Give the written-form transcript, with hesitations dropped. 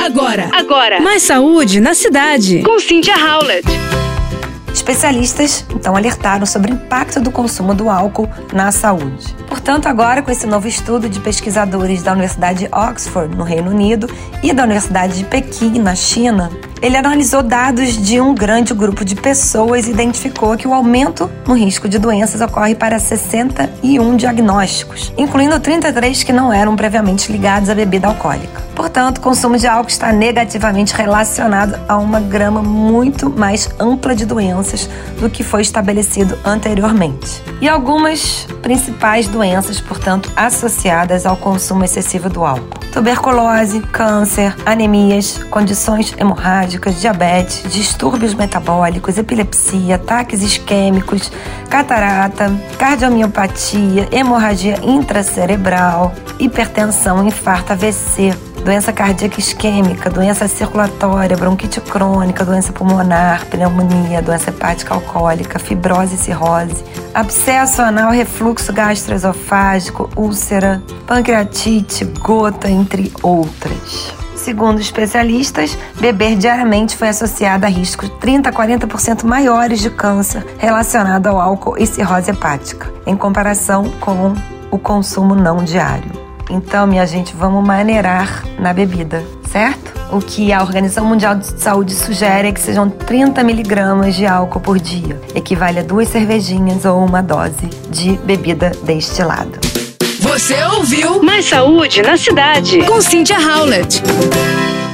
Agora. Mais saúde na cidade. Com Cynthia Howlett. Especialistas, então, alertaram sobre o impacto do consumo do álcool na saúde. Portanto, agora, com esse novo estudo de pesquisadores da Universidade de Oxford, no Reino Unido, e da Universidade de Pequim, na China, ele analisou dados de um grande grupo de pessoas e identificou que o aumento no risco de doenças ocorre para 61 diagnósticos, incluindo 33 que não eram previamente ligados à bebida alcoólica. Portanto, o consumo de álcool está negativamente relacionado a uma gama muito mais ampla de doenças do que foi estabelecido anteriormente. E algumas principais doenças, portanto, associadas ao consumo excessivo do álcool: tuberculose, câncer, anemias, condições hemorrágicas, diabetes, distúrbios metabólicos, epilepsia, ataques isquêmicos, catarata, cardiomiopatia, hemorragia intracerebral, hipertensão, infarto, AVC, doença cardíaca isquêmica, doença circulatória, bronquite crônica, doença pulmonar, pneumonia, doença hepática alcoólica, fibrose e cirrose, abscesso anal, refluxo gastroesofágico, úlcera, pancreatite, gota, entre outras. Segundo especialistas, beber diariamente foi associado a riscos 30 a 40% maiores de câncer relacionado ao álcool e cirrose hepática, em comparação com o consumo não diário. Então, minha gente, vamos maneirar na bebida, certo? O que a Organização Mundial de Saúde sugere é que sejam 30 miligramas de álcool por dia, equivale a 2 cervejinhas ou uma dose de bebida destilada. Você ouviu Mais saúde na cidade. com Cynthia Howlett.